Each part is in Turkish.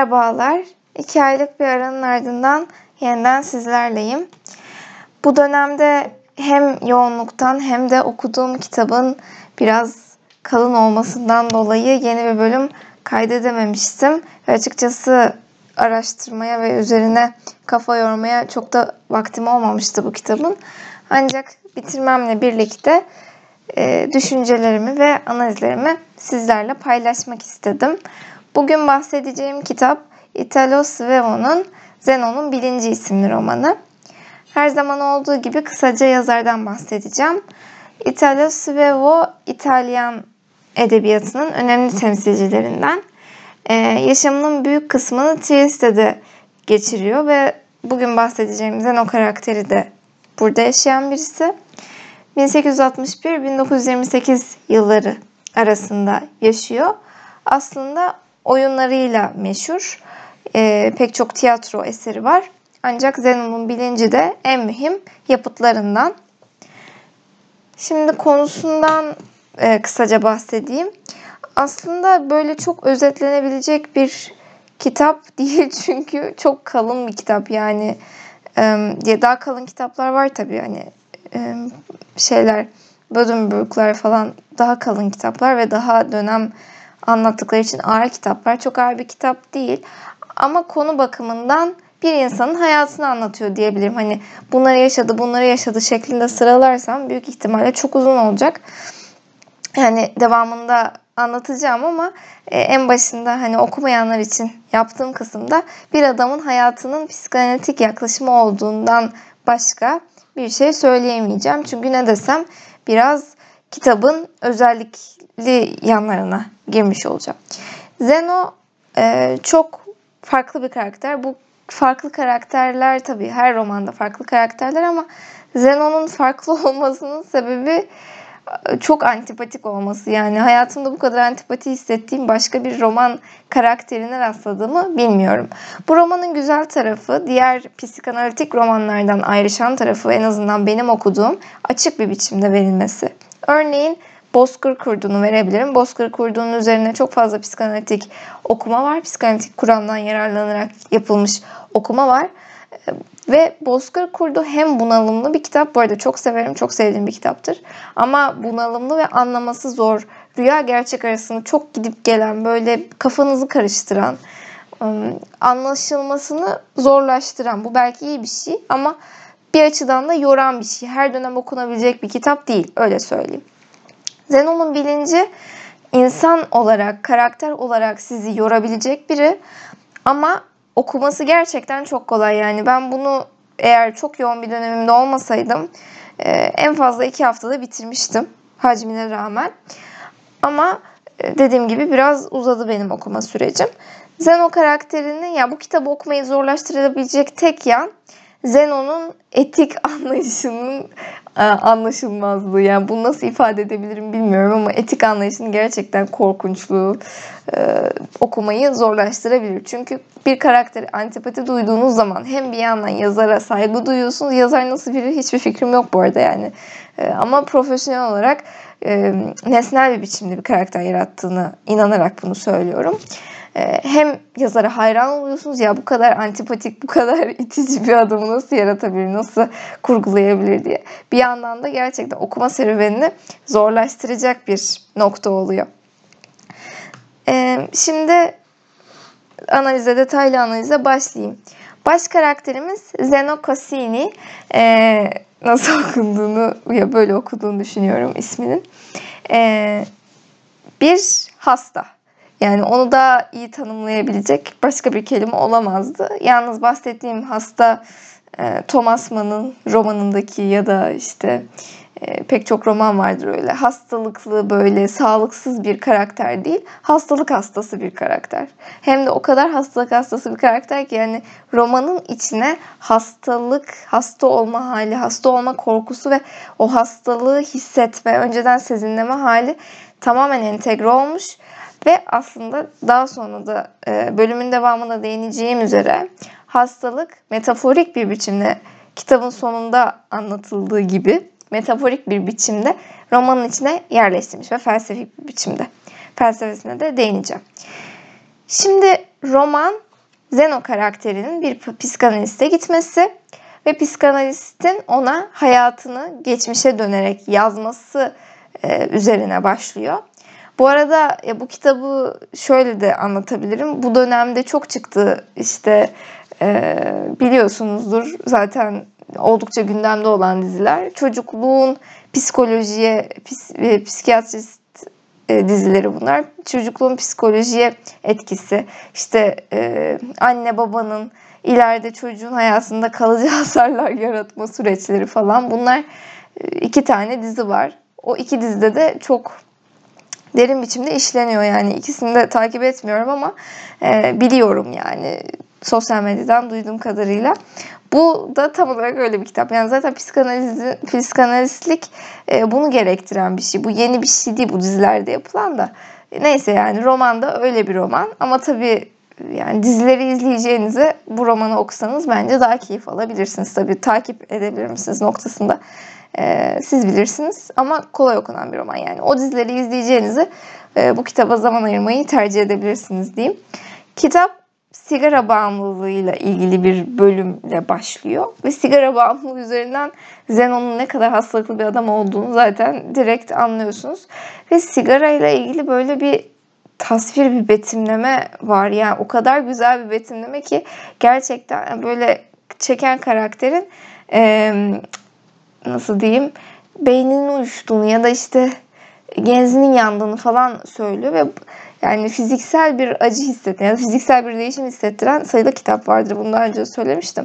Merhabalar. 2 aylık bir aranın ardından yeniden sizlerleyim. Bu dönemde hem yoğunluktan hem de okuduğum kitabın biraz kalın olmasından dolayı yeni bir bölüm kaydedememiştim. Ve açıkçası araştırmaya ve üzerine kafa yormaya çok da vaktim olmamıştı bu kitabın. Ancak bitirmemle birlikte düşüncelerimi ve analizlerimi sizlerle paylaşmak istedim. Bugün bahsedeceğim kitap Italo Svevo'nun Zenon'un Bilinci isimli romanı. Her zaman olduğu gibi kısaca yazardan bahsedeceğim. Italo Svevo, İtalyan edebiyatının önemli temsilcilerinden. Yaşamının büyük kısmını Trieste'de geçiriyor ve bugün bahsedeceğim Zeno karakteri de burada yaşayan birisi. 1861-1928 yılları arasında yaşıyor. Aslında oyunlarıyla meşhur. Pek çok tiyatro eseri var. Ancak Zenon'un Bilinci de en mühim yapıtlarından. Şimdi konusundan kısaca bahsedeyim. Aslında böyle çok özetlenebilecek bir kitap değil çünkü çok kalın bir kitap. Yani daha kalın kitaplar var tabii, hani Buddenbrook'lar falan daha kalın kitaplar ve daha dönem anlattıkları için ağır kitaplar. Çok ağır bir kitap değil ama konu bakımından bir insanın hayatını anlatıyor diyebilirim. Hani bunları yaşadı şeklinde sıralarsam büyük ihtimalle çok uzun olacak. Yani devamında anlatacağım ama en başında hani okumayanlar için yaptığım kısımda bir adamın hayatının psikanalitik yaklaşımı olduğundan başka bir şey söyleyemeyeceğim. Çünkü ne desem biraz kitabın özellikli yanlarına girmiş olacağım. Zeno çok farklı bir karakter. Bu farklı karakterler tabii her romanda farklı karakterler ama Zeno'nun farklı olmasının sebebi çok antipatik olması. Yani hayatımda bu kadar antipati hissettiğim başka bir roman karakterine rastladığımı bilmiyorum. Bu romanın güzel tarafı, diğer psikanalitik romanlardan ayrışan tarafı, en azından benim okuduğum, açık bir biçimde verilmesi. Örneğin Bozkır Kurdu'nu verebilirim. Bozkır Kurdu'nun üzerine çok fazla psikanalitik okuma var. Psikanalitik kuramdan yararlanarak yapılmış okuma var. Ve Bozkır Kurdu hem bunalımlı bir kitap. Bu arada çok severim, çok sevdiğim bir kitaptır. Ama bunalımlı ve anlaması zor. Rüya gerçek arasında çok gidip gelen, böyle kafanızı karıştıran, anlaşılmasını zorlaştıran. Bu belki iyi bir şey ama bir açıdan da yoran bir şey. Her dönem okunabilecek bir kitap değil, öyle söyleyeyim. Zenon'un Bilinci insan olarak, karakter olarak sizi yorabilecek biri ama okuması gerçekten çok kolay. Yani ben bunu eğer çok yoğun bir dönemimde olmasaydım en fazla 2 haftada bitirmiştim hacmine rağmen. Ama dediğim gibi biraz uzadı benim okuma sürecim. Zeno karakterini, ya bu kitabı okumayı zorlaştırabilecek tek yan Zenon'un etik anlayışının anlaşılmazlığı. Yani bunu nasıl ifade edebilirim bilmiyorum ama etik anlayışının gerçekten korkunçluğu okumayı zorlaştırabilir. Çünkü bir karaktere antipati duyduğunuz zaman hem bir yandan yazara saygı duyuyorsunuz. Yazar nasıl biri hiçbir fikrim yok bu arada yani. Ama profesyonel olarak nesnel bir biçimde bir karakter yarattığını inanarak bunu söylüyorum. Hem yazara hayran oluyorsunuz, ya bu kadar antipatik, bu kadar itici bir adamı nasıl yaratabilir, nasıl kurgulayabilir diye. Bir yandan da gerçekten okuma serüvenini zorlaştıracak bir nokta oluyor. Şimdi detaylı analize başlayayım. Baş karakterimiz Zeno Cassini. Nasıl okunduğunu, ya böyle okuduğunu düşünüyorum isminin. Bir hasta. Yani onu daha iyi tanımlayabilecek başka bir kelime olamazdı. Yalnız bahsettiğim hasta Thomas Mann'ın romanındaki ya da işte pek çok roman vardır öyle. Hastalıklı, böyle sağlıksız bir karakter değil. Hastalık hastası bir karakter. Hem de o kadar hastalık hastası bir karakter ki yani romanın içine hastalık, hasta olma hali, hasta olma korkusu ve o hastalığı hissetme, önceden sezinleme hali tamamen entegre olmuş. Ve aslında daha sonra da bölümün devamında değineceğim üzere hastalık metaforik bir biçimde, kitabın sonunda anlatıldığı gibi metaforik bir biçimde romanın içine yerleştirilmiş ve felsefik bir biçimde. Felsefesine de değineceğim. Şimdi roman Zeno karakterinin bir psikanaliste gitmesi ve psikanalistin ona hayatını geçmişe dönerek yazması üzerine başlıyor. Bu arada bu kitabı şöyle de anlatabilirim. Bu dönemde çok çıktı, işte biliyorsunuzdur zaten, oldukça gündemde olan diziler. Çocukluğun psikolojiye, psikiyatrist dizileri bunlar. Çocukluğun psikolojiye etkisi, işte anne babanın ileride çocuğun hayatında kalıcı hasarlar yaratma süreçleri falan, bunlar 2 tane dizi var. O 2 dizide de çok derin biçimde işleniyor. Yani ikisini de takip etmiyorum ama biliyorum yani, sosyal medyadan duyduğum kadarıyla. Bu da tam olarak öyle bir kitap. Yani zaten psikanalistlik bunu gerektiren bir şey. Bu yeni bir şey değil bu dizilerde yapılan da. Neyse, yani roman da öyle bir roman. Ama tabii yani dizileri izleyeceğinize bu romanı okusanız bence daha keyif alabilirsiniz. Tabii takip edebilir misiniz noktasında siz bilirsiniz. Ama kolay okunan bir roman yani. O dizileri izleyeceğinize bu kitaba zaman ayırmayı tercih edebilirsiniz diyeyim. Kitap sigara bağımlılığıyla ilgili bir bölümle başlıyor. Ve sigara bağımlılığı üzerinden Zenon'un ne kadar hastalıklı bir adam olduğunu zaten direkt anlıyorsunuz. Ve sigara ile ilgili böyle bir tasvir, bir betimleme var. Yani o kadar güzel bir betimleme ki gerçekten böyle çeken karakterin nasıl diyeyim, beyninin uyuştuğunu ya da işte genzinin yandığını falan söylüyor ve yani fiziksel bir acı hissettiren, yani fiziksel bir değişim hissettiren sayıda kitap vardır. Bunu daha önce söylemiştim.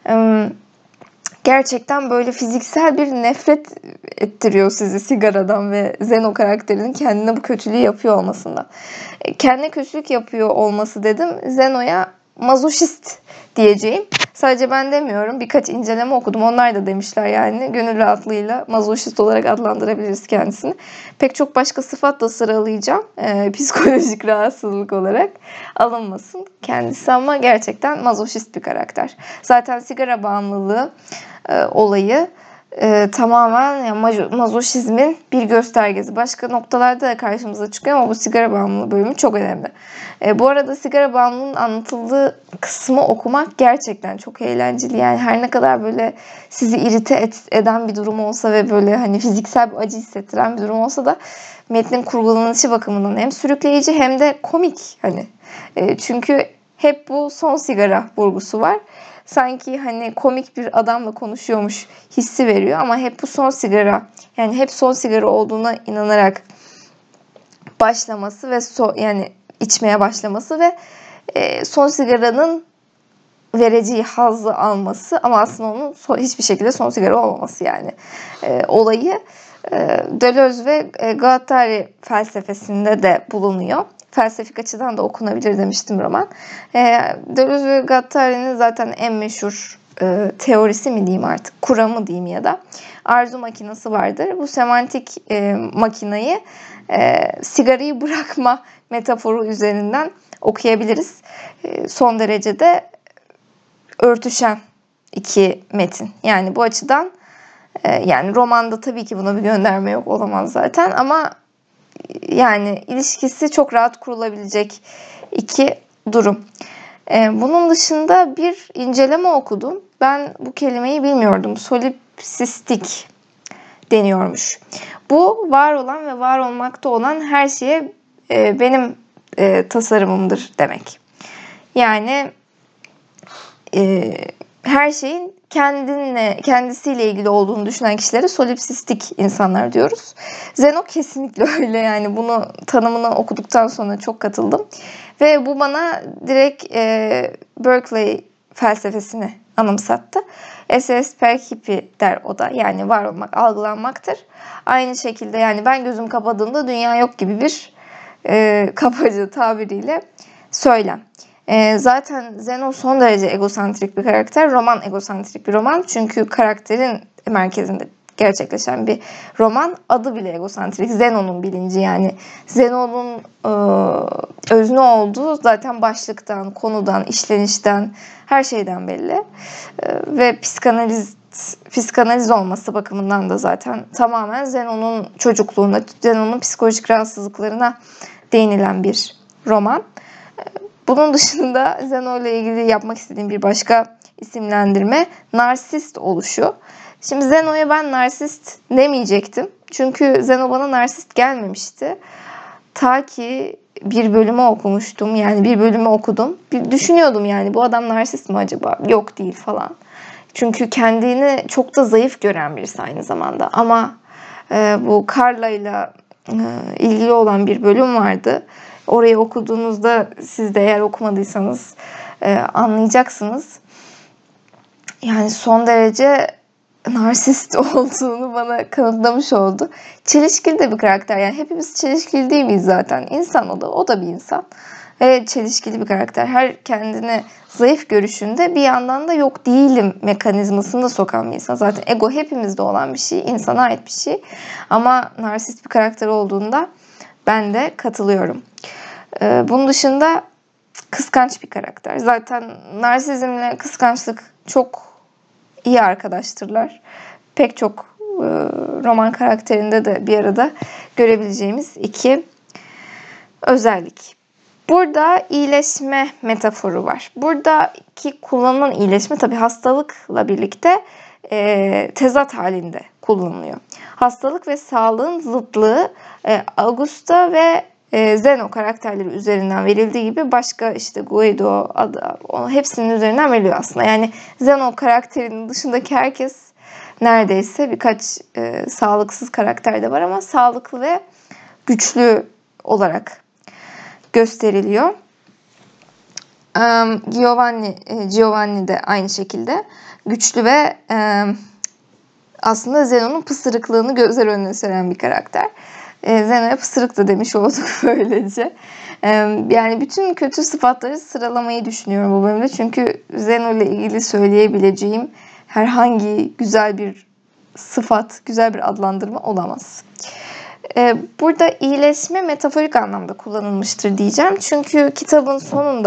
Gerçekten böyle fiziksel bir nefret ettiriyor sizi sigaradan ve Zeno karakterinin kendine bu kötülüğü yapıyor olmasında. Kendine kötülük yapıyor olması dedim. Zeno'ya mazoşist diyeceğim. Sadece ben demiyorum. Birkaç inceleme okudum. Onlar da demişler yani. Gönül rahatlığıyla mazoşist olarak adlandırabiliriz kendisini. Pek çok başka sıfat da sıralayacağım. Psikolojik rahatsızlık olarak alınmasın kendisi, ama gerçekten mazoşist bir karakter. Zaten sigara bağımlılığı olayı tamamen yani mazoşizmin bir göstergesi. Başka noktalarda da karşımıza çıkıyor ama bu sigara bağımlılığı bölümü çok önemli. Bu arada sigara bağımlılığının anlatıldığı kısmı okumak gerçekten çok eğlenceli. Yani her ne kadar böyle sizi irite eden bir durum olsa ve böyle hani fiziksel bir acı hissettiren bir durum olsa da metnin kurgulanışı bakımından hem sürükleyici hem de komik hani. Çünkü hep bu son sigara vurgusu var. Sanki hani komik bir adamla konuşuyormuş hissi veriyor ama hep bu son sigara, yani hep son sigara olduğuna inanarak başlaması ve yani içmeye başlaması ve son sigaranın vereceği hazzı alması ama aslında onun hiçbir şekilde son sigara olmaması yani olayı Deleuze ve Guattari felsefesinde de bulunuyor. Felsefik açıdan da okunabilir demiştim roman. Deleuze ve Guattari'nin zaten en meşhur teorisi mi diyeyim artık, kuramı diyeyim ya da arzu makinesi vardır. Bu semantik makinayı sigarayı bırakma metaforu üzerinden okuyabiliriz. Son derecede örtüşen iki metin. Yani bu açıdan yani romanda tabii ki buna bir gönderme yok, olamaz zaten, ama yani ilişkisi çok rahat kurulabilecek iki durum. Bunun dışında bir inceleme okudum. Ben bu kelimeyi bilmiyordum. Solipsistik deniyormuş. Bu var olan ve var olmakta olan her şeye benim tasarımımdır demek. Yani her şeyin kendisiyle ilgili olduğunu düşünen kişilere solipsistik insanlar diyoruz. Zeno kesinlikle öyle, yani bunu tanımını okuduktan sonra çok katıldım. Ve bu bana direkt Berkeley felsefesini anımsattı. Esse percipi der o da, yani var olmak algılanmaktır. Aynı şekilde yani ben gözüm kapadığımda dünya yok gibi bir kabaca tabiriyle söylem. Zaten Zeno son derece egosantrik bir karakter. Roman egosantrik bir roman. Çünkü karakterin merkezinde gerçekleşen bir roman. Adı bile egosantrik. Zeno'nun bilinci, yani Zeno'nun özne olduğu zaten başlıktan, konudan, işlenişten, her şeyden belli. Ve psikanaliz olması bakımından da zaten tamamen Zeno'nun çocukluğuna, Zeno'nun psikolojik rahatsızlıklarına değinilen bir roman. Bunun dışında Zeno ile ilgili yapmak istediğim bir başka isimlendirme narsist oluşu. Şimdi Zeno'ya ben narsist demeyecektim. Çünkü Zeno bana narsist gelmemişti. Ta ki bir bölümü okumuştum. Yani bir bölümü okudum. Bir düşünüyordum yani bu adam narsist mi acaba? Yok, değil falan. Çünkü kendini çok da zayıf gören birisi aynı zamanda. Ama bu Carla ile ilgili olan bir bölüm vardı. Orayı okuduğunuzda siz de eğer okumadıysanız anlayacaksınız. Yani son derece narsist olduğunu bana kanıtlamış oldu. Çelişkili de bir karakter. Yani hepimiz çelişkili değil miyiz zaten? İnsan o da bir insan. Ve çelişkili bir karakter. Her kendini zayıf görüşünde bir yandan da yok değilim mekanizmasını da sokan bir insan. Zaten ego hepimizde olan bir şey. İnsana ait bir şey. Ama narsist bir karakter olduğunda ben de katılıyorum. Bunun dışında kıskanç bir karakter. Zaten narsizmle kıskançlık çok iyi arkadaştırlar. Pek çok roman karakterinde de bir arada görebileceğimiz iki özellik. Burada iyileşme metaforu var. Buradaki kullanılan iyileşme tabii hastalıkla birlikte tezat halinde kullanılıyor. Hastalık ve sağlığın zıtlığı Augusta ve Zeno karakterleri üzerinden verildiği gibi başka işte Guido, Ada, hepsinin üzerinden veriliyor aslında. Yani Zeno karakterinin dışındaki herkes neredeyse birkaç sağlıksız karakter de var ama sağlıklı ve güçlü olarak gösteriliyor. Giovanni de aynı şekilde güçlü ve aslında Zeno'nun pısırıklığını gözler önüne seren bir karakter. Zeno'ya pısırık da demiş olduk böylece. Yani bütün kötü sıfatları sıralamayı düşünüyorum bu bölümde. Çünkü Zeno ile ilgili söyleyebileceğim herhangi güzel bir sıfat, güzel bir adlandırma olamaz. Burada iyileşme metaforik anlamda kullanılmıştır diyeceğim. Çünkü kitabın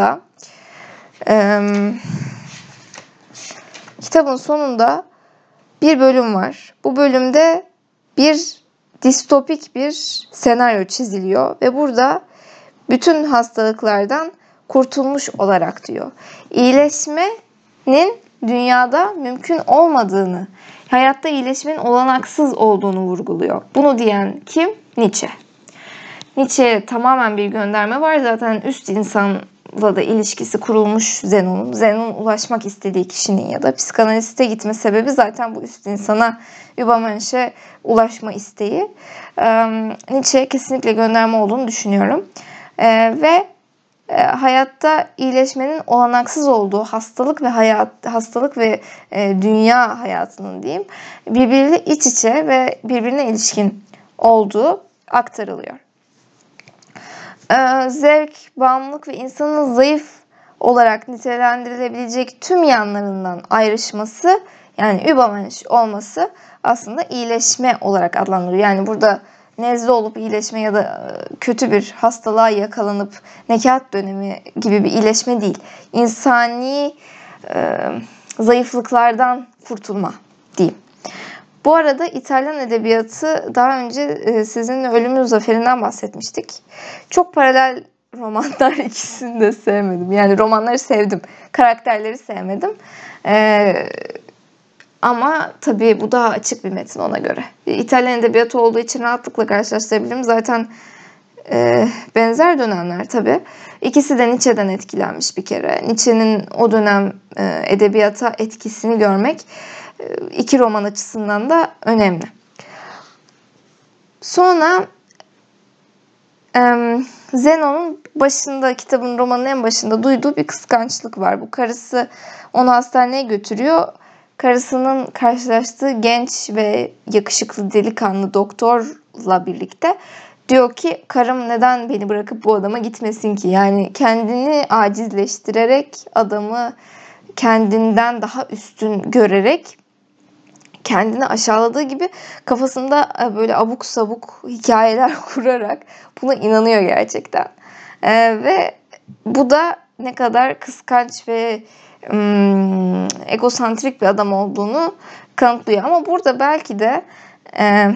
sonunda bir bölüm var. Bu bölümde bir distopik bir senaryo çiziliyor ve burada bütün hastalıklardan kurtulmuş olarak diyor. İyileşmenin dünyada mümkün olmadığını, hayatta iyileşmenin olanaksız olduğunu vurguluyor. Bunu diyen kim? Nietzsche. Nietzsche'ye tamamen bir gönderme var. Zaten üst insanla da ilişkisi kurulmuş Zenon'un. Zenon'un ulaşmak istediği kişinin ya da psikanaliste gitme sebebi zaten bu üst insana, Übermensch'e ulaşma isteği. Nietzsche'ye kesinlikle gönderme olduğunu düşünüyorum. Ve hayatta iyileşmenin olanaksız olduğu hastalık ve dünya hayatının diyeyim birbiriyle iç içe ve birbirine ilişkin olduğu aktarılıyor. Zevk, bağımlılık ve insanın zayıf olarak nitelendirilebilecek tüm yanlarından ayrışması, yani Übermensch olması aslında iyileşme olarak adlandırılıyor. Yani burada nezle olup iyileşme ya da kötü bir hastalığa yakalanıp nekat dönemi gibi bir iyileşme değil. İnsani zayıflıklardan kurtulma diyeyim. Bu arada İtalyan edebiyatı, daha önce sizinle Ölümün Zaferi'nden bahsetmiştik. Çok paralel romanlar, ikisini de sevmedim. Yani romanları sevdim, karakterleri sevmedim. Ama tabii bu daha açık bir metin ona göre. İtalyan edebiyatı olduğu için rahatlıkla karşılaştırabilirim. Zaten benzer dönemler tabii. İkisi de Nietzsche'den etkilenmiş bir kere. Nietzsche'nin o dönem edebiyata etkisini görmek iki roman açısından da önemli. Sonra Zenon'un başında, kitabın, romanın en başında duyduğu bir kıskançlık var. Bu karısı onu hastaneye götürüyor. Karısının karşılaştığı genç ve yakışıklı delikanlı doktorla birlikte diyor ki karım neden beni bırakıp bu adama gitmesin ki? Yani kendini acizleştirerek, adamı kendinden daha üstün görerek, kendini aşağıladığı gibi kafasında böyle abuk sabuk hikayeler kurarak buna inanıyor gerçekten. Ve bu da ne kadar kıskanç ve egosantrik bir adam olduğunu kanıtlıyor. Ama burada belki de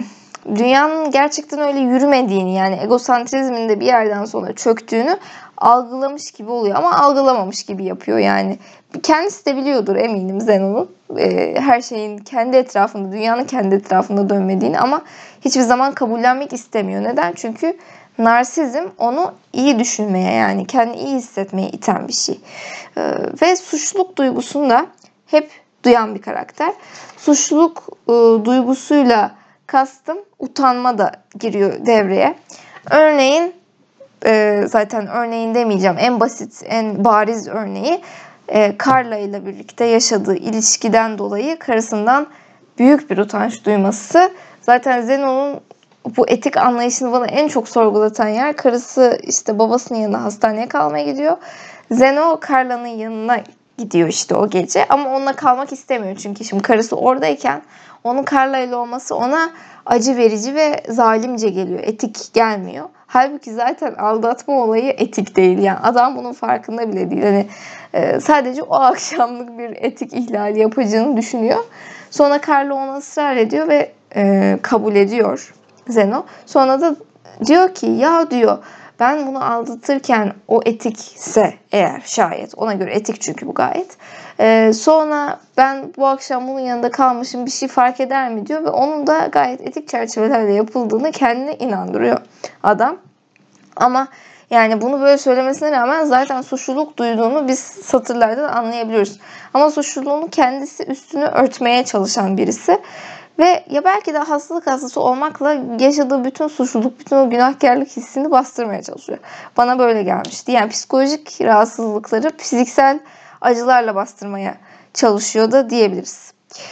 dünyanın gerçekten öyle yürümediğini, yani egosantrizmin de bir yerden sonra çöktüğünü algılamış gibi oluyor ama algılamamış gibi yapıyor yani. Kendisi de biliyordur eminim Zenon'un her şeyin kendi etrafında, dünyanın kendi etrafında dönmediğini ama hiçbir zaman kabullenmek istemiyor. Neden? Çünkü narsizm onu iyi düşünmeye, yani kendini iyi hissetmeye iten bir şey. Ve suçluluk duygusunu da hep duyan bir karakter. Suçluluk duygusuyla kastım utanma da giriyor devreye. Örneğin zaten örneğin demeyeceğim, en basit, en bariz örneği Carla ile birlikte yaşadığı ilişkiden dolayı karısından büyük bir utanç duyması. Zaten Zenon'un bu etik anlayışını bana en çok sorgulatan yer, karısı işte babasının yanına hastaneye kalmaya gidiyor. Zeno Carla'nın yanına gidiyor işte o gece ama onunla kalmak istemiyor çünkü şimdi karısı oradayken onun Carla ile olması ona acı verici ve zalimce geliyor. Etik gelmiyor. Halbuki zaten aldatma olayı etik değil. Yani adam bunun farkında bile değil. Hani sadece o akşamlık bir etik ihlali yapacağını düşünüyor. Sonra Carla ona ısrar ediyor ve kabul ediyor Zeno. Sonra da diyor ki ya diyor, ben bunu aldatırken o etikse eğer, şayet ona göre etik çünkü bu gayet. Sonra ben bu akşam bunun yanında kalmışım, bir şey fark eder mi diyor ve onun da gayet etik çerçevelerle yapıldığını kendine inandırıyor adam. Ama yani bunu böyle söylemesine rağmen zaten suçluluk duyduğunu biz satırlardan anlayabiliyoruz. Ama suçluluğunu kendisi üstünü örtmeye çalışan birisi. Ve ya belki de hastalık hastası olmakla yaşadığı bütün suçluluk, bütün o günahkarlık hissini bastırmaya çalışıyor. Bana böyle gelmişti. Yani psikolojik rahatsızlıkları fiziksel acılarla bastırmaya çalışıyor da diyebiliriz.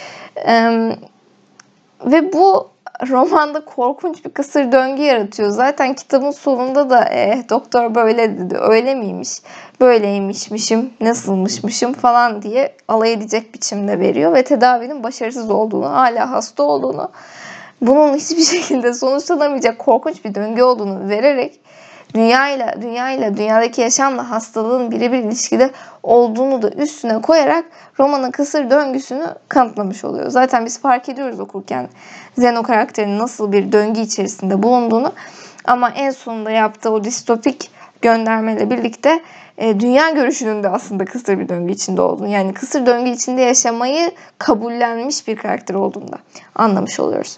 Ve bu romanda korkunç bir kısır döngü yaratıyor. Zaten kitabın sonunda da doktor böyle dedi, öyle miymiş, böyleymişmişim, nasılmışmışım falan diye alay edecek biçimde veriyor ve tedavinin başarısız olduğunu, hala hasta olduğunu, bunun hiçbir şekilde sonuçlanamayacak korkunç bir döngü olduğunu vererek dünyadaki yaşamla hastalığın birebir ilişkide olduğunu da üstüne koyarak romanın kısır döngüsünü kanıtlamış oluyor. Zaten biz fark ediyoruz okurken Zeno karakterinin nasıl bir döngü içerisinde bulunduğunu, ama en sonunda yaptığı o distopik göndermeyle birlikte dünya görüşünün de aslında kısır bir döngü içinde olduğunu, yani kısır döngü içinde yaşamayı kabullenmiş bir karakter olduğunu da anlamış oluyoruz.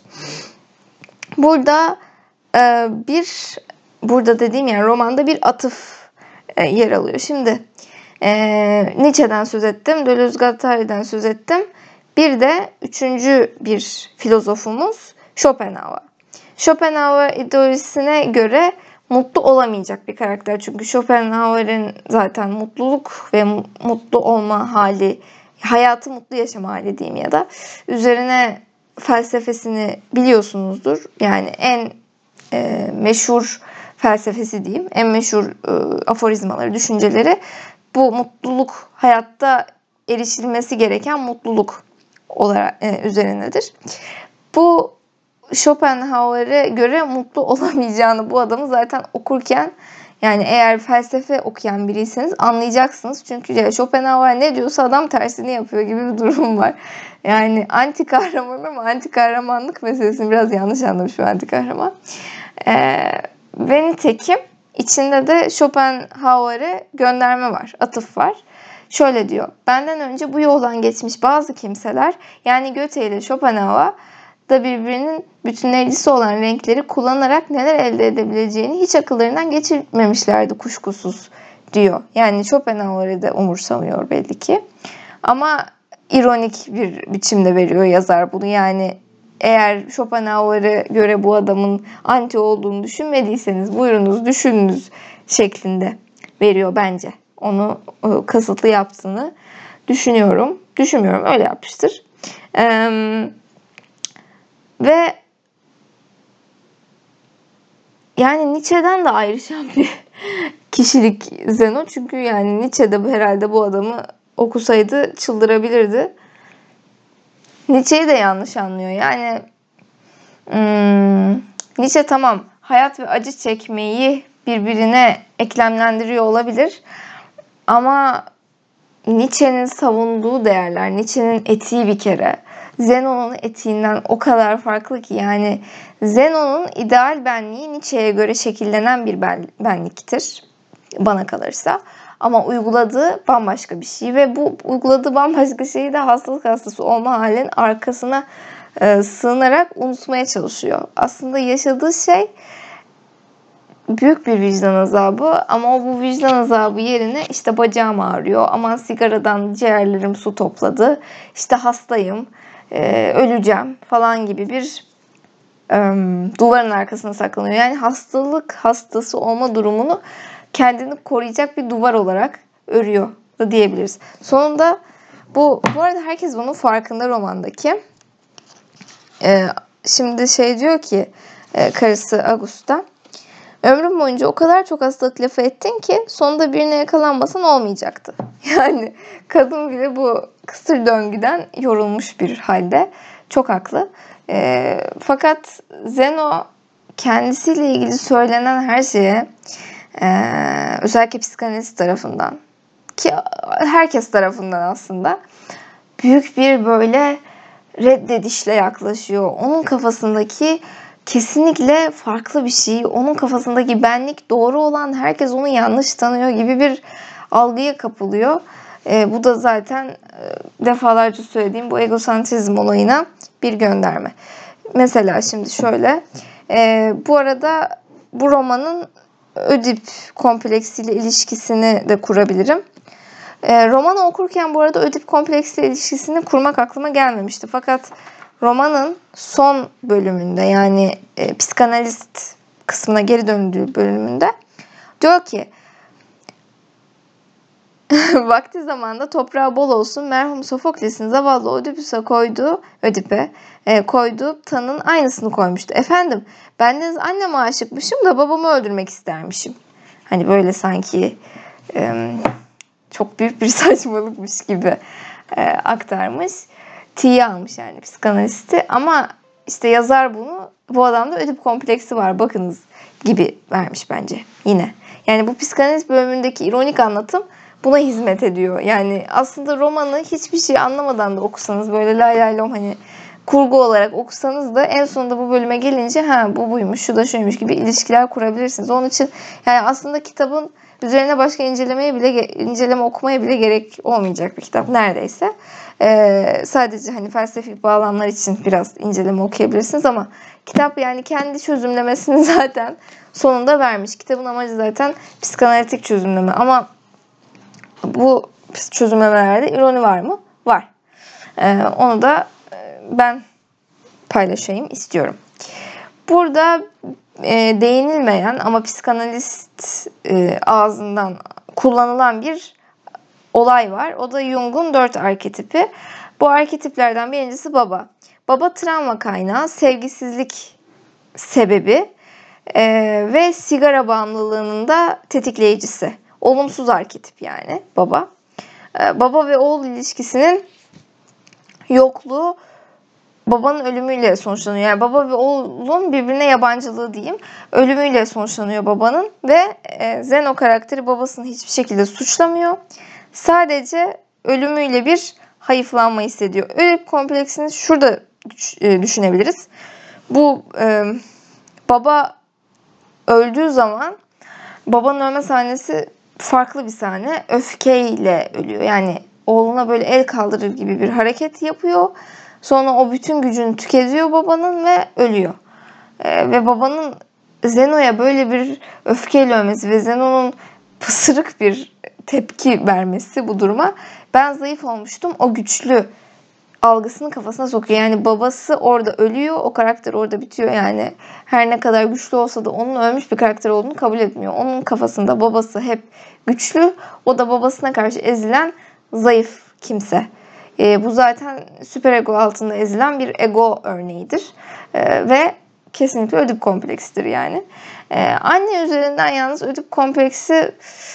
Burada dediğim yani romanda bir atıf yer alıyor. Şimdi Nietzsche'den söz ettim, Deleuze-Guattari'den söz ettim. Bir de üçüncü bir filozofumuz Schopenhauer. Schopenhauer ideolojisine göre mutlu olamayacak bir karakter. Çünkü Schopenhauer'in zaten mutluluk ve mutlu olma hali, hayatı mutlu yaşama hali diyeyim ya da üzerine felsefesini biliyorsunuzdur. Yani en meşhur felsefesi diyeyim, en meşhur aforizmaları, düşünceleri bu mutluluk, hayatta erişilmesi gereken mutluluk olarak üzerinedir. Bu Schopenhauer'e göre mutlu olamayacağını bu adamı zaten okurken, yani eğer felsefe okuyan biriyseniz anlayacaksınız. Çünkü Schopenhauer ne diyorsa adam tersini yapıyor gibi bir durum var. Yani anti kahraman ama anti kahramanlık meselesini biraz yanlış anlamış bir anti kahraman. Ve nitekim içinde de Schopenhauer'e gönderme var, atıf var. Şöyle diyor: benden önce bu yoldan geçmiş bazı kimseler, yani Goethe ile Schopenhauer da birbirinin bütünleyicisi olan renkleri kullanarak neler elde edebileceğini hiç akıllarından geçirmemişlerdi kuşkusuz diyor. Yani Schopenhauer'ı da umursamıyor belli ki. Ama ironik bir biçimde veriyor yazar bunu. Yani eğer Schopenhauer'e göre bu adamın anti olduğunu düşünmediyseniz buyurunuz düşününüz şeklinde veriyor bence. Onu kasıtlı yaptığını düşünüyorum. Düşünmüyorum, öyle yapmıştır. Ve yani Nietzsche'den de ayrışan bir kişilik Zeno. Çünkü yani Nietzsche de herhalde bu adamı okusaydı çıldırabilirdi. Nietzsche'yi de yanlış anlıyor. Yani Nietzsche tamam, hayat ve acı çekmeyi birbirine eklemlendiriyor olabilir. Ama Nietzsche'nin savunduğu değerler, Nietzsche'nin etiği bir kere, Zenon'un etiğinden o kadar farklı ki, yani Zenon'un ideal benliği Nietzsche'ye göre şekillenen bir benliktir bana kalırsa. Ama uyguladığı bambaşka bir şey ve bu uyguladığı bambaşka şeyi de hastalık hastası olma halinin arkasına sığınarak unutmaya çalışıyor. Aslında yaşadığı şey büyük bir vicdan azabı, ama o bu vicdan azabı yerine işte bacağım ağrıyor, aman sigaradan ciğerlerim su topladı, işte hastayım, öleceğim falan gibi bir duvarın arkasına saklanıyor. Yani hastalık hastası olma durumunu kendini koruyacak bir duvar olarak örüyor da diyebiliriz. Sonunda bu arada herkes bunun farkında romandaki. Şimdi diyor ki karısı Augusta, ömrüm boyunca o kadar çok hastalık lafı ettin ki sonunda birine yakalanmasan olmayacaktı. Yani kadın bile bu kısır döngüden yorulmuş bir halde. Çok haklı. Fakat Zeno kendisiyle ilgili söylenen her şeye özellikle psikanalist tarafından, ki herkes tarafından aslında büyük bir böyle reddedişle yaklaşıyor. Onun kafasındaki kesinlikle farklı bir şey, onun kafasındaki benlik doğru olan, herkes onu yanlış tanıyor gibi bir algıya kapılıyor. Bu da zaten defalarca söylediğim bu egosantrizm olayına bir gönderme. Mesela şimdi şöyle, bu arada bu romanın Ödip kompleksiyle ilişkisini de kurabilirim. Romanı okurken bu arada Ödip kompleksiyle ilişkisini kurmak aklıma gelmemişti. Fakat romanın son bölümünde, yani psikanalist kısmına geri döndüğü bölümünde diyor ki vakti zamanında toprağı bol olsun, merhum Sofokles'in zavallı Ödip'e koyduğu tanın aynısını koymuştu. Efendim, bendeniz anneme aşıkmışım da babamı öldürmek istermişim. Hani böyle sanki çok büyük bir saçmalıkmış gibi aktarmış. Tiye almış yani psikanalisti, ama işte yazar bunu, bu adamda Ödip kompleksi var bakınız gibi vermiş bence yine. Yani bu psikanaliz bölümündeki ironik anlatım buna hizmet ediyor. Yani aslında romanı hiçbir şey anlamadan da okusanız, böyle lay lay lom hani kurgu olarak okusanız da en sonunda bu bölüme gelince ha bu buymuş, şu da şuymuş gibi ilişkiler kurabilirsiniz. Onun için yani aslında kitabın üzerine başka inceleme okumaya bile gerek olmayacak bir kitap neredeyse. Sadece hani felsefik bağlamlar için biraz inceleme okuyabilirsiniz, ama kitap yani kendi çözümlemesini zaten sonunda vermiş. Kitabın amacı zaten psikanalitik çözümleme, ama bu çözümlemelerde ironi var mı? Var. Onu da ben paylaşayım istiyorum. Burada değinilmeyen ama psikanalist ağzından kullanılan bir olay var. O da Jung'un 4 arketipi. Bu arketiplerden birincisi baba. Baba travma kaynağı, sevgisizlik sebebi ve sigara bağımlılığının da tetikleyicisi. Olumsuz arketip yani baba. Baba ve oğul ilişkisinin yokluğu babanın ölümüyle sonuçlanıyor. Yani baba ve oğlun birbirine yabancılığı diyeyim. Ölümüyle sonuçlanıyor babanın ve Zeno karakteri babasını hiçbir şekilde suçlamıyor. Sadece ölümüyle bir hayıflanma hissediyor. Ödip kompleksini şurada düşünebiliriz. Bu baba öldüğü zaman babanın ölme sahnesi farklı bir sahne. Öfkeyle ölüyor. Yani oğluna böyle el kaldırır gibi bir hareket yapıyor. Sonra o bütün gücünü tüketiyor babanın ve ölüyor. Ve babanın Zeno'ya böyle bir öfkeyle ölmesi ve Zeno'nun pısırık bir tepki vermesi bu duruma, ben zayıf olmuştum, o güçlü algısını kafasına sokuyor. Yani babası orada ölüyor, o karakter orada bitiyor. Yani her ne kadar güçlü olsa da onun ölmüş bir karakter olduğunu kabul etmiyor. Onun kafasında babası hep güçlü, o da babasına karşı ezilen zayıf kimse. Bu zaten süperego altında ezilen bir ego örneğidir. Ve kesinlikle Ödip kompleksidir yani. Anne üzerinden yalnız Ödip kompleksi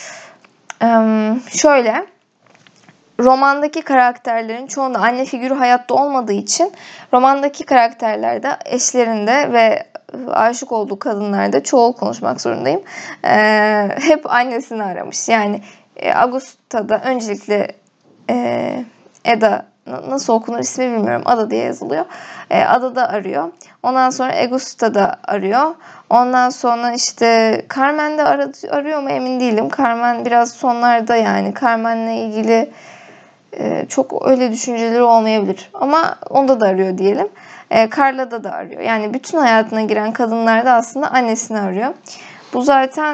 şöyle, romandaki karakterlerin çoğunda anne figürü hayatta olmadığı için romandaki karakterlerde, eşlerinde ve aşık olduğu kadınlarda, çoğul konuşmak zorundayım, hep annesini aramış. Yani Augusta'da öncelikle Eda nasıl okunur ismi bilmiyorum. Ada diye yazılıyor. Ada da arıyor. Ondan sonra Augusta da arıyor. Ondan sonra işte Carmen de arıyor mu emin değilim. Carmen biraz sonlarda yani. Carmen'le ilgili çok öyle düşünceleri olmayabilir. Ama onda da arıyor diyelim. Carla'da da arıyor. Yani bütün hayatına giren kadınlar da aslında annesini arıyor. Bu zaten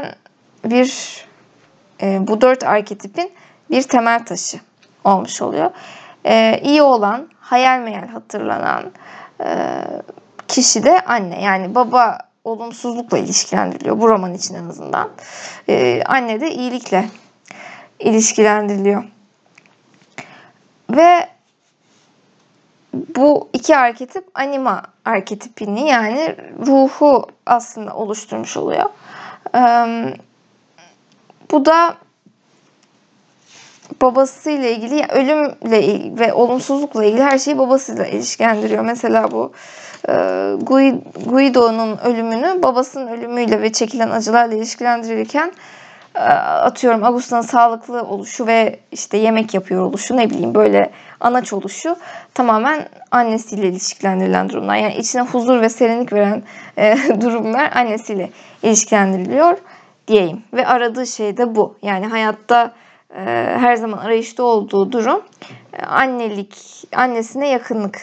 bu 4 arketipin bir temel taşı olmuş oluyor. İyi olan, hayal meyal hatırlanan kişi de anne. Yani baba olumsuzlukla ilişkilendiriliyor. Bu roman için en azından. Anne de iyilikle ilişkilendiriliyor. Ve bu iki arketip anima arketipini yani ruhu aslında oluşturmuş oluyor. Bu da babasıyla ilgili, ölümle ilgili ve olumsuzlukla ilgili her şeyi babasıyla ilişkilendiriyor. Mesela bu Guido'nun ölümünü babasının ölümüyle ve çekilen acılarla ilişkilendirirken atıyorum Augusta'nın sağlıklı oluşu ve işte yemek yapıyor oluşu, ne bileyim böyle anaç oluşu tamamen annesiyle ilişkilendirilen durumlar. Yani içine huzur ve serinlik veren durumlar annesiyle ilişkilendiriliyor diyeyim. Ve aradığı şey de bu. Yani hayatta her zaman arayışta olduğu durum annesine yakınlık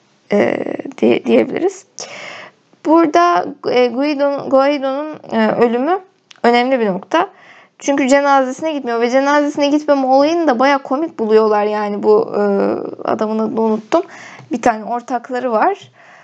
diyebiliriz. Burada Guido'nun ölümü önemli bir nokta. Çünkü cenazesine gitmiyor ve cenazesine gitmeme olayını da bayağı komik buluyorlar yani bu adamın adını unuttum. Bir tane ortakları var.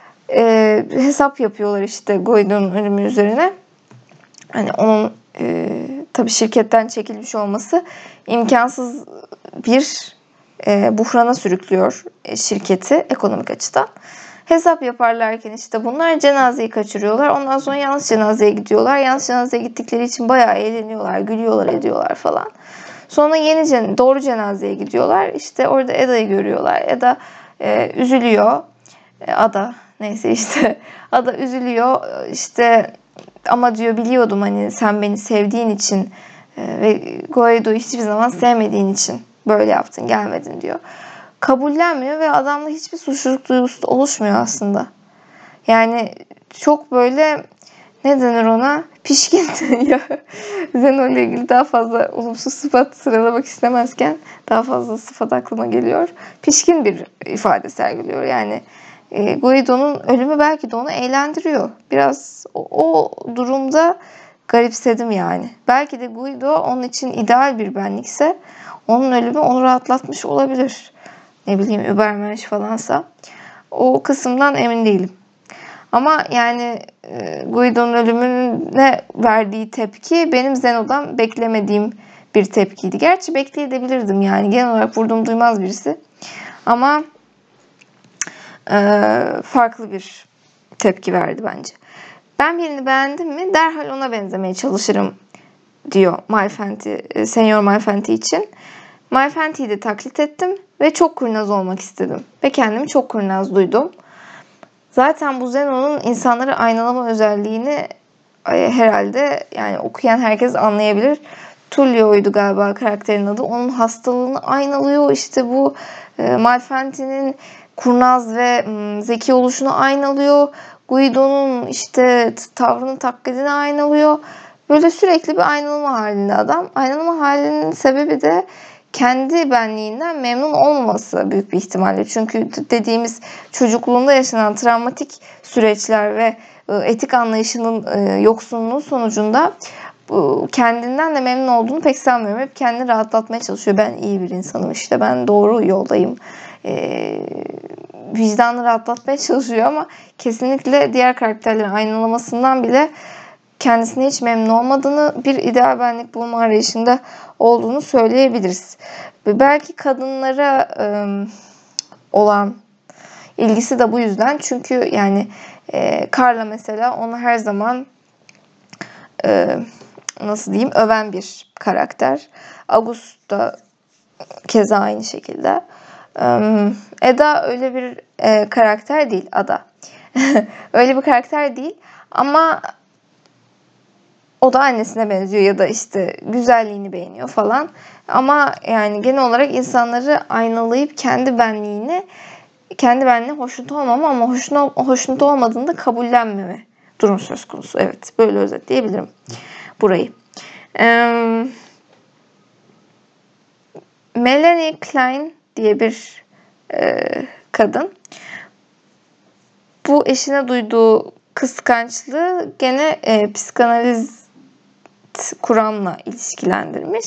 Hesap yapıyorlar işte Guido'nun ölümü üzerine. Hani onun tabii şirketten çekilmiş olması imkansız bir buhrana sürüklüyor şirketi ekonomik açıdan. Hesap yaparlarken işte bunlar cenazeyi kaçırıyorlar. Ondan sonra yanlış cenazeye gidiyorlar. Yanlış cenazeye gittikleri için bayağı eğleniyorlar, gülüyorlar, ediyorlar falan. Sonra doğru cenazeye gidiyorlar. İşte orada Eda'yı görüyorlar. Eda üzülüyor. Ada neyse işte Ada üzülüyor. İşte ama diyor biliyordum hani sen beni sevdiğin için ve Guido'yu hiçbir zaman sevmediğin için böyle yaptın, gelmedin diyor. Kabullenmiyor ve adamda hiçbir suçluluk duygusu oluşmuyor aslında. Yani çok böyle ne denir ona? Pişkin. Ya Zeno ile ilgili daha fazla olumsuz sıfat sıralamak istemezken daha fazla sıfat aklıma geliyor. Pişkin bir ifade sergiliyor. Yani Guido'nun ölümü belki de onu eğlendiriyor. Biraz o durumda garipsedim yani. Belki de Guido onun için ideal bir benlikse onun ölümü onu rahatlatmış olabilir. Ne bileyim Übermensch falansa. O kısımdan emin değilim. Ama yani Guido'nun ölümüne verdiği tepki benim Zeno'dan beklemediğim bir tepkiydi. Gerçi bekleyebilirdim yani. Genel olarak vurdum duymaz birisi. Ama farklı bir tepki verdi bence. Ben birini beğendim mi derhal ona benzemeye çalışırım diyor Senior Malfenti için. Malfenti'yi de taklit ettim ve çok kurnaz olmak istedim. Ve kendimi çok kurnaz duydum. Zaten bu Zeno'nun insanları aynalama özelliğini herhalde yani okuyan herkes anlayabilir. Tullio'ydu galiba karakterin adı. Onun hastalığını aynalıyor. İşte bu Malfenti'nin kurnaz ve zeki oluşunu aynalıyor. Guido'nun işte tavrını taklidini aynalıyor. Böyle sürekli bir aynalama halinde adam. Aynalama halinin sebebi de kendi benliğinden memnun olmaması büyük bir ihtimalle. Çünkü dediğimiz çocukluğunda yaşanan travmatik süreçler ve etik anlayışının yoksunluğu sonucunda kendinden de memnun olduğunu pek sanmıyorum. Hep kendini rahatlatmaya çalışıyor. Ben iyi bir insanım işte, ben doğru yoldayım. Vicdanını rahatlatmaya çalışıyor ama kesinlikle diğer karakterlerin aynalamasından bile kendisine hiç memnun olmadığını, bir ideal benlik bulma arayışında olduğunu söyleyebiliriz. Belki kadınlara olan ilgisi de bu yüzden. Çünkü yani Carla mesela onu her zaman nasıl diyeyim öven bir karakter. August da keza aynı şekilde. Eda öyle bir karakter değil. Ada. Öyle bir karakter değil. Ama o da annesine benziyor ya da işte güzelliğini beğeniyor falan. Ama yani genel olarak insanları aynalayıp kendi benliğine hoşnut olmama ama hoşnut olmadığını da kabullenmeme durum söz konusu. Evet, böyle özetleyebilirim burayı. Melanie Klein diye bir kadın. Bu eşine duyduğu kıskançlığı gene psikanaliz kuramla ilişkilendirmiş.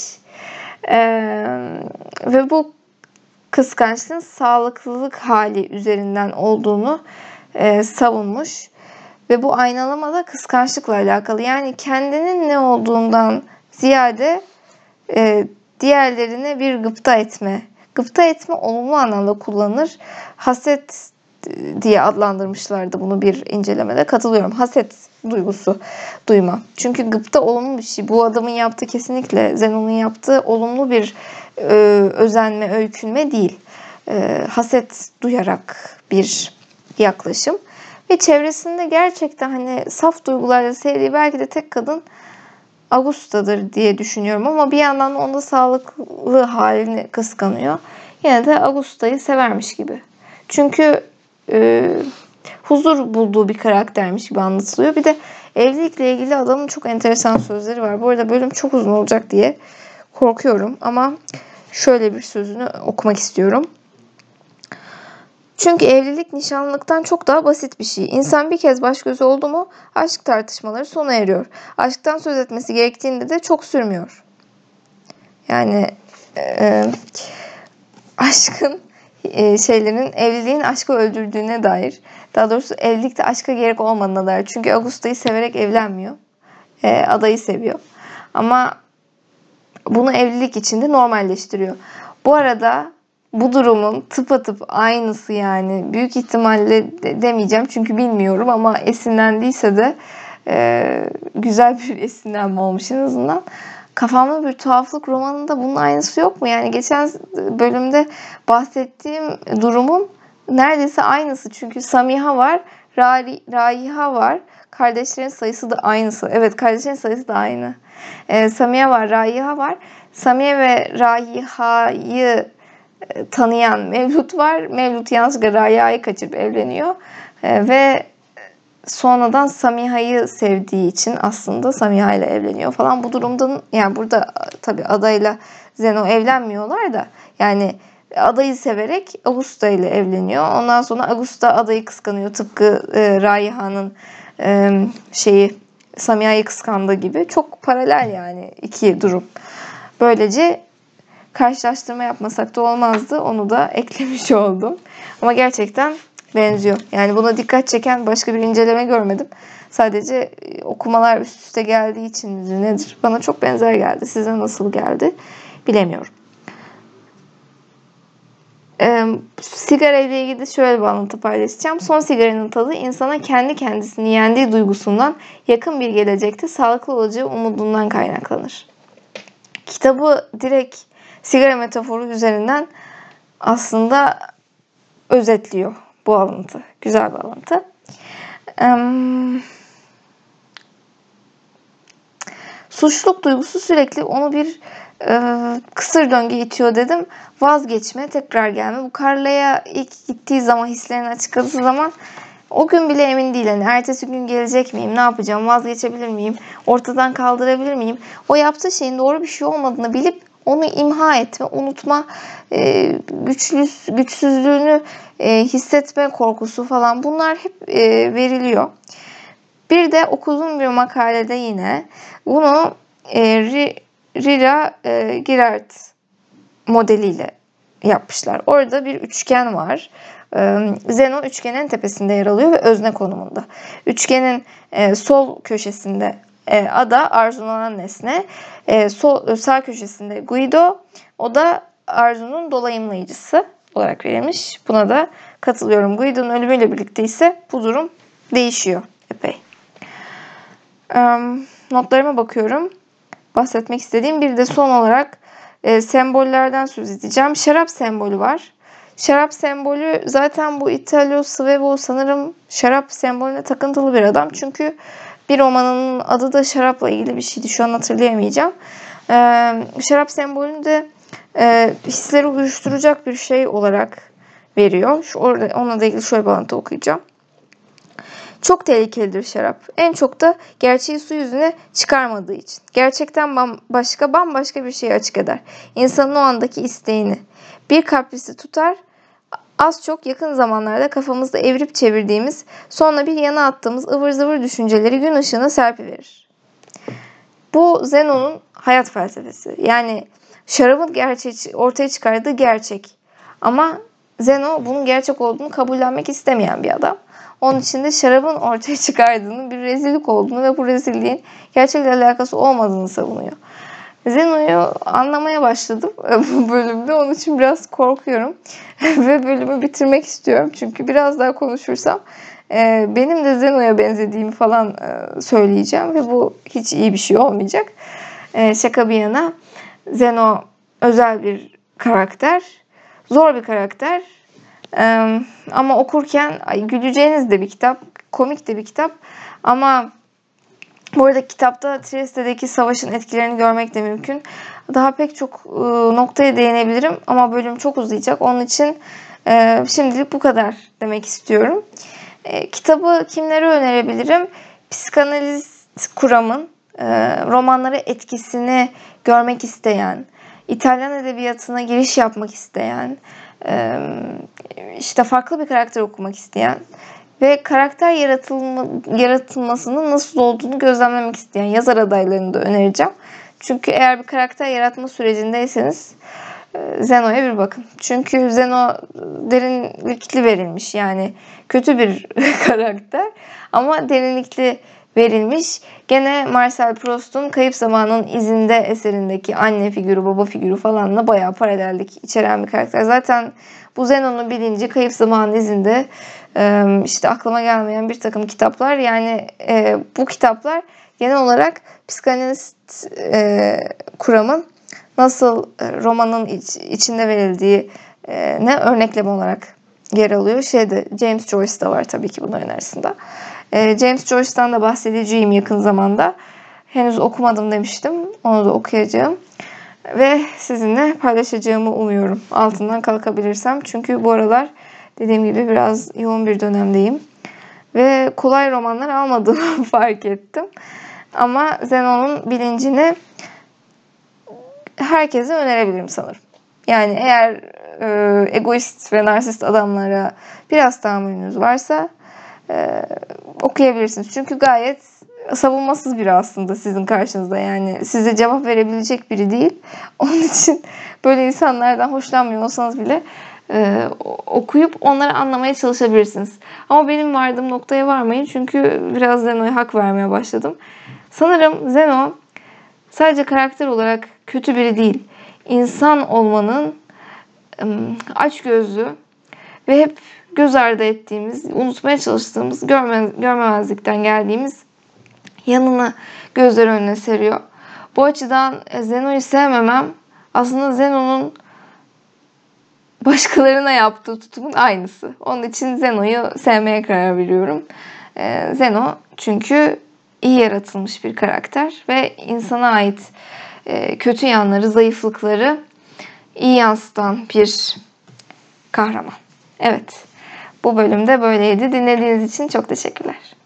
Ve bu kıskançlığın sağlıklılık hali üzerinden olduğunu savunmuş. Ve bu aynalama da kıskançlıkla alakalı. Yani kendinin ne olduğundan ziyade diğerlerine bir gıpta etme. Gıpta etme olumlu anlamda kullanılır. Haset diye adlandırmışlardı bunu bir incelemede. Katılıyorum. Haset duygusu duyma. Çünkü gıpta olumlu bir şey. Bu adamın yaptığı kesinlikle, Zenon'un yaptığı olumlu bir özenme, öykünme değil. Haset duyarak bir yaklaşım. Ve çevresinde gerçekten hani saf duygularla sevdiği belki de tek kadın Augusta'dır diye düşünüyorum. Ama bir yandan onda sağlıklı halini kıskanıyor. Yine de Augusta'yı severmiş gibi. Çünkü huzur bulduğu bir karaktermiş gibi anlatılıyor. Bir de evlilikle ilgili adamın çok enteresan sözleri var. Bu arada bölüm çok uzun olacak diye korkuyorum. Ama şöyle bir sözünü okumak istiyorum. Çünkü evlilik nişanlılıktan çok daha basit bir şey. İnsan bir kez baş göz oldu mu aşk tartışmaları sona eriyor. Aşktan söz etmesi gerektiğinde de çok sürmüyor. Yani aşkın evliliğin aşkı öldürdüğüne dair, daha doğrusu evlilikte aşka gerek olmadığına dair. Çünkü Augusta'yı severek evlenmiyor. Adayı seviyor. Ama bunu evlilik içinde normalleştiriyor. Bu arada bu durumun tıpatıp aynısı yani. Büyük ihtimalle demeyeceğim çünkü bilmiyorum ama esinlendiyse de güzel bir esinlenme olmuş en azından. Kafamda bir tuhaflık romanında bunun aynısı yok mu? Yani geçen bölümde bahsettiğim durumun neredeyse aynısı. Çünkü Samiha var, Raiha var. Kardeşlerin sayısı da aynısı. Evet, kardeşlerin sayısı da aynı. Samiha var, Raiha var. Samiha ve Raiha'yı tanıyan Mevlut var. Mevlut yanlışlıkla Raiha'yı kaçırıp evleniyor. Ve sonradan Samiha'yı sevdiği için aslında Samiha ile evleniyor falan. Bu durumda yani burada tabii adayla Zeno evlenmiyorlar da yani adayı severek Augusta ile evleniyor. Ondan sonra Augusta adayı kıskanıyor. Tıpkı Raiha'nın Samiha'yı kıskandığı gibi. Çok paralel yani iki durum. Böylece karşılaştırma yapmasak da olmazdı. Onu da eklemiş oldum. Ama gerçekten benziyor. Yani buna dikkat çeken başka bir inceleme görmedim. Sadece okumalar üst üste geldiği için nedir? Bana çok benzer geldi. Size nasıl geldi? Bilemiyorum. Sigara ile ilgili şöyle bir anlatı paylaşacağım. Son sigaranın tadı insana kendi kendisini yendiği duygusundan yakın bir gelecekte sağlıklı olacağı umudundan kaynaklanır. Kitabı direkt sigara metaforu üzerinden aslında özetliyor bu alıntı. Güzel bir alıntı. Suçluluk duygusu sürekli onu bir kısır döngü itiyor dedim. Vazgeçme, tekrar gelme. Bu Carla'ya ilk gittiği zaman, hislerini açıkladığı zaman o gün bile emin değil. Yani ertesi gün gelecek miyim, ne yapacağım, vazgeçebilir miyim, ortadan kaldırabilir miyim? O yaptığı şeyin doğru bir şey olmadığını bilip onu imha etme, unutma, güçsüzlüğünü hissetme korkusu falan bunlar hep veriliyor. Bir de okuduğum bir makalede yine bunu Rira Girard modeliyle yapmışlar. Orada bir üçgen var. Zeno üçgenin tepesinde yer alıyor ve özne konumunda. Üçgenin sol köşesinde Ada, arzulanan nesne. Sağ köşesinde Guido, o da arzunun dolayımlayıcısı olarak verilmiş. Buna da katılıyorum. Guido'nun ölümüyle birlikte ise bu durum değişiyor epey. Notlarıma bakıyorum. Bahsetmek istediğim bir de son olarak sembollerden söz edeceğim. Şarap sembolü var. Şarap sembolü zaten bu Italo Svevo sanırım şarap sembolüne takıntılı bir adam. Çünkü bir romanının adı da şarapla ilgili bir şeydi. Şu an hatırlayamayacağım. Şarap sembolünü de hisleri uyuşturacak bir şey olarak veriyor. Onunla da ilgili şöyle bir alıntı okuyacağım. Çok tehlikelidir şarap. En çok da gerçeği su yüzüne çıkarmadığı için. Gerçekten bambaşka bir şeyi açık eder. İnsanın o andaki isteğini. Bir kaprisi tutar, az çok yakın zamanlarda kafamızda evirip çevirdiğimiz, sonra bir yana attığımız ıvır zıvır düşünceleri gün ışığına serpiverir. Bu Zenon'un hayat felsefesi. Yani şarabın ortaya çıkardığı gerçek. Ama Zeno bunun gerçek olduğunu kabullenmek istemeyen bir adam. Onun için de şarabın ortaya çıkardığını, bir rezillik olduğunu ve bu rezilliğin gerçekle alakası olmadığını savunuyor. Zeno'yu anlamaya başladım bu bölümde. Onun için biraz korkuyorum. Ve bölümü bitirmek istiyorum. Çünkü biraz daha konuşursam benim de Zeno'ya benzediğimi falan söyleyeceğim. Ve bu hiç iyi bir şey olmayacak. Şaka bir yana. Zeno özel bir karakter. Zor bir karakter. Ama okurken güleceğiniz de bir kitap. Komik de bir kitap. Ama bu arada kitapta Trieste'deki savaşın etkilerini görmek de mümkün. Daha pek çok noktaya değinebilirim ama bölüm çok uzayacak. Onun için şimdilik bu kadar demek istiyorum. Kitabı kimlere önerebilirim? Psikanalist kuramın romanlara etkisini görmek isteyen, İtalyan edebiyatına giriş yapmak isteyen, işte farklı bir karakter okumak isteyen ve karakter yaratılmasının nasıl olduğunu gözlemlemek isteyen yazar adaylarını da önereceğim. Çünkü eğer bir karakter yaratma sürecindeyseniz Zeno'ya bir bakın. Çünkü Zeno derinlikli verilmiş. Yani kötü bir karakter ama derinlikli verilmiş. Gene Marcel Proust'un Kayıp Zamanın İzinde eserindeki anne figürü, baba figürü falanla bayağı paralellik içeren bir karakter. Zaten bu Zenon'un bilinci Kayıp Zamanın İzinde işte aklıma gelmeyen bir takım kitaplar. Yani bu kitaplar genel olarak psikanalist kuramın nasıl romanın içinde verildiği ne örnekleme olarak yer alıyor. James Joyce da var tabii ki bunun önerisinde. James Joyce'dan da bahsedeceğim yakın zamanda. Henüz okumadım demiştim. Onu da okuyacağım. Ve sizinle paylaşacağımı umuyorum. Altından kalkabilirsem. Çünkü bu aralar dediğim gibi biraz yoğun bir dönemdeyim. Ve kolay romanlar almadığımı fark ettim. Ama Zenon'un bilincini herkese önerebilirim sanırım. Yani eğer egoist ve narsist adamlara biraz tahammülünüz varsa okuyabilirsiniz. Çünkü gayet savunmasız biri aslında sizin karşınızda. Yani size cevap verebilecek biri değil. Onun için böyle insanlardan hoşlanmıyor olsanız bile okuyup onları anlamaya çalışabilirsiniz. Ama benim vardığım noktaya varmayın. Çünkü biraz Zeno'ya hak vermeye başladım. Sanırım Zeno sadece karakter olarak kötü biri değil. İnsan olmanın açgözlü ve hep göz ardı ettiğimiz, unutmaya çalıştığımız, görmemezlikten geldiğimiz yanını gözler önüne seriyor. Bu açıdan Zeno'yu sevmemem aslında Zeno'nun başkalarına yaptığı tutumun aynısı. Onun için Zeno'yu sevmeye karar veriyorum. Zeno çünkü iyi yaratılmış bir karakter ve insana ait kötü yanları, zayıflıkları iyi yansıtan bir kahraman. Evet, bu bölümde böyleydi. Dinlediğiniz için çok teşekkürler.